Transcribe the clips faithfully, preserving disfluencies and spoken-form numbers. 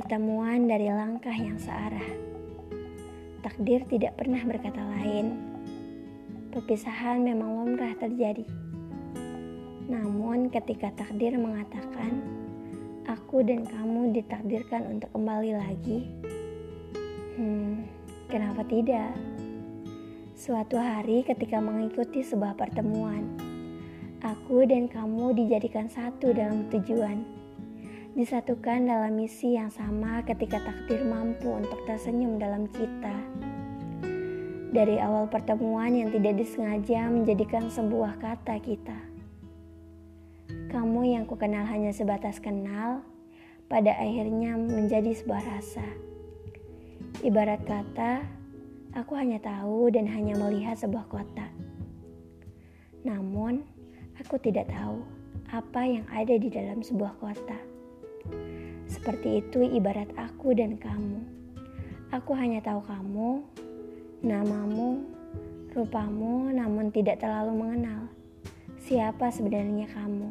pertemuan dari langkah yang searah. Takdir tidak pernah berkata lain. Perpisahan memang lumrah terjadi. Namun ketika takdir mengatakan, aku dan kamu ditakdirkan untuk kembali lagi, hmm, kenapa tidak? Suatu hari ketika mengikuti sebuah pertemuan, aku dan kamu dijadikan satu dalam tujuan. Disatukan dalam misi yang sama ketika takdir mampu untuk tersenyum dalam kita. Dari awal pertemuan yang tidak disengaja menjadikan sebuah kata kita. Kamu yang kukenal hanya sebatas kenal, pada akhirnya menjadi sebuah rasa. Ibarat kata, aku hanya tahu dan hanya melihat sebuah kota. Namun, aku tidak tahu apa yang ada di dalam sebuah kota. Seperti itu ibarat aku dan kamu. Aku hanya tahu kamu, namamu, rupamu, namun tidak terlalu mengenal siapa sebenarnya kamu.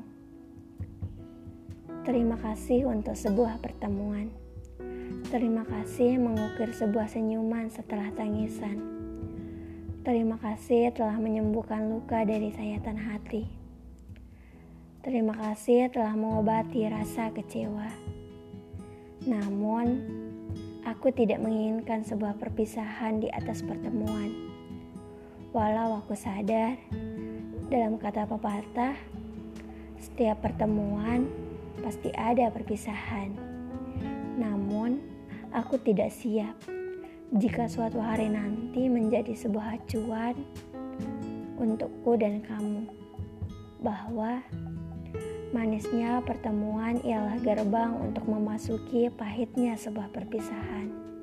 Terima kasih untuk sebuah pertemuan. Terima kasih mengukir sebuah senyuman setelah tangisan. Terima kasih telah menyembuhkan luka dari sayatan hati. Terima kasih telah mengobati rasa kecewa. Namun, aku tidak menginginkan sebuah perpisahan di atas pertemuan. Walau aku sadar, dalam kata pepatah, setiap pertemuan pasti ada perpisahan. Namun, aku tidak siap jika suatu hari nanti menjadi sebuah acuan untukku dan kamu, bahwa manisnya pertemuan ialah gerbang untuk memasuki pahitnya sebuah perpisahan.